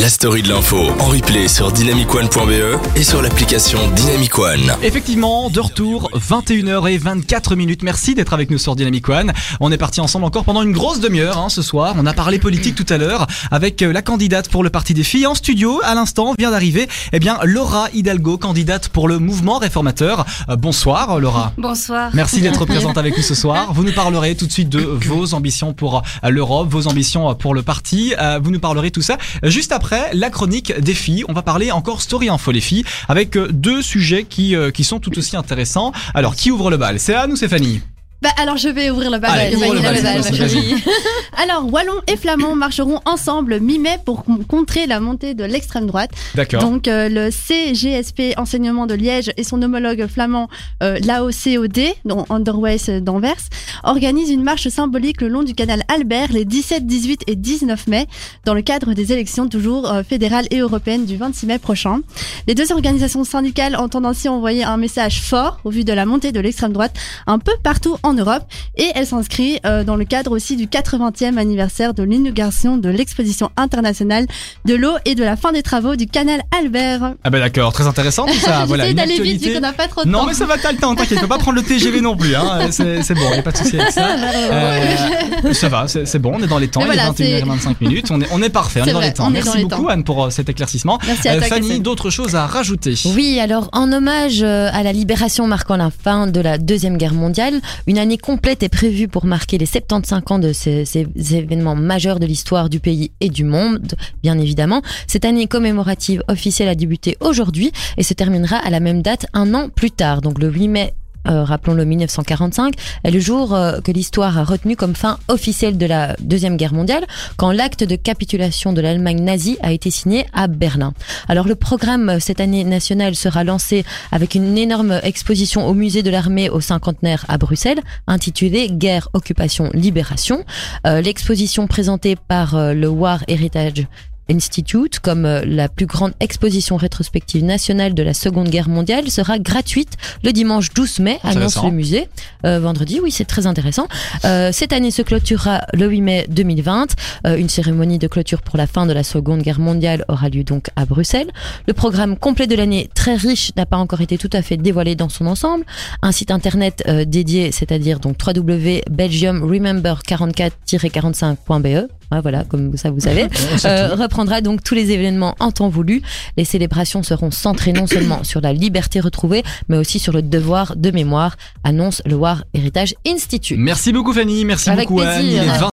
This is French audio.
la story de l'info en replay sur dynamicone.be et sur l'application Dynamic One. Effectivement, de retour, 21h24. Merci d'être avec nous sur Dynamic One. On est parti ensemble encore pendant une grosse demi-heure ce soir. On a parlé politique tout à l'heure avec la candidate pour le Parti des filles. En studio, à l'instant, vient d'arriver Laura Hidalgo, candidate pour le mouvement réformateur. Bonsoir Laura. Bonsoir. Merci d'être présente avec nous ce soir. Vous nous parlerez tout de suite de vos ambitions pour l'Europe, vos ambitions pour le parti. Vous nous parlerez tout ça juste après la chronique des filles. On va parler encore Story Info les filles avec deux sujets qui sont tout aussi intéressants. Alors, qui ouvre le bal? C'est Anne ou c'est Fanny? Alors je vais ouvrir le bal. Allez, ouvre le bal, vas-y. Alors Wallons et Flamands marcheront ensemble mi-mai pour contrer la montée de l'extrême droite. D'accord. Donc le CGSP Enseignement de Liège et son homologue flamand l'AOCOD, dont Underways d'Anvers, organisent une marche symbolique le long du canal Albert les 17, 18 et 19 mai dans le cadre des élections toujours fédérales et européennes du 26 mai prochain. Les deux organisations syndicales entendent ainsi envoyer un message fort au vu de la montée de l'extrême droite un peu partout en Europe, et elle s'inscrit dans le cadre aussi du 80e anniversaire de l'inauguration de l'exposition internationale de l'eau et de la fin des travaux du canal Albert. Ah bah d'accord, très intéressant tout ça. Voilà, j'essaie une d'aller actualité. vite vu qu'on n'a pas trop de non temps. mais ça va, t'as le temps, t'inquiète, tu peux pas prendre le TGV non plus, c'est bon, y a pas de souci avec ça. Ça va, c'est bon, on est dans les temps, il est 21h25 minutes, on est parfait, on est dans les temps. Merci beaucoup Anne pour cet éclaircissement. Merci à toi, Fanny, d'autres choses à rajouter? Oui, alors en hommage à la libération marquant la fin de la Deuxième Guerre mondiale, une année complète est prévue pour marquer les 75 ans de ces événements majeurs de l'histoire du pays et du monde, bien évidemment. Cette année commémorative officielle a débuté aujourd'hui et se terminera à la même date un an plus tard, donc le 8 mai. Rappelons-le, 1945 est le jour que l'histoire a retenu comme fin officielle de la Deuxième Guerre mondiale, quand l'acte de capitulation de l'Allemagne nazie a été signé à Berlin. Alors le programme cette année nationale sera lancé avec une énorme exposition au musée de l'armée au cinquantenaire à Bruxelles, intitulée Guerre, Occupation, Libération. L'exposition présentée par le War Heritage Institute, comme la plus grande exposition rétrospective nationale de la Seconde Guerre mondiale, sera gratuite le dimanche 12 mai, annonce le musée. Vendredi, oui, c'est très intéressant. Cette année se clôturera le 8 mai 2020. Une cérémonie de clôture pour la fin de la Seconde Guerre mondiale aura lieu donc à Bruxelles. Le programme complet de l'année, très riche, n'a pas encore été tout à fait dévoilé dans son ensemble. Un site internet dédié, c'est-à-dire donc www.belgiumremember44-45.be, voilà, comme ça vous savez, reprendra donc tous les événements en temps voulu. Les célébrations seront centrées non seulement sur la liberté retrouvée, mais aussi sur le devoir de mémoire, annonce le War Heritage Institute. Merci beaucoup Fanny, merci Avec beaucoup plaisir. Anne.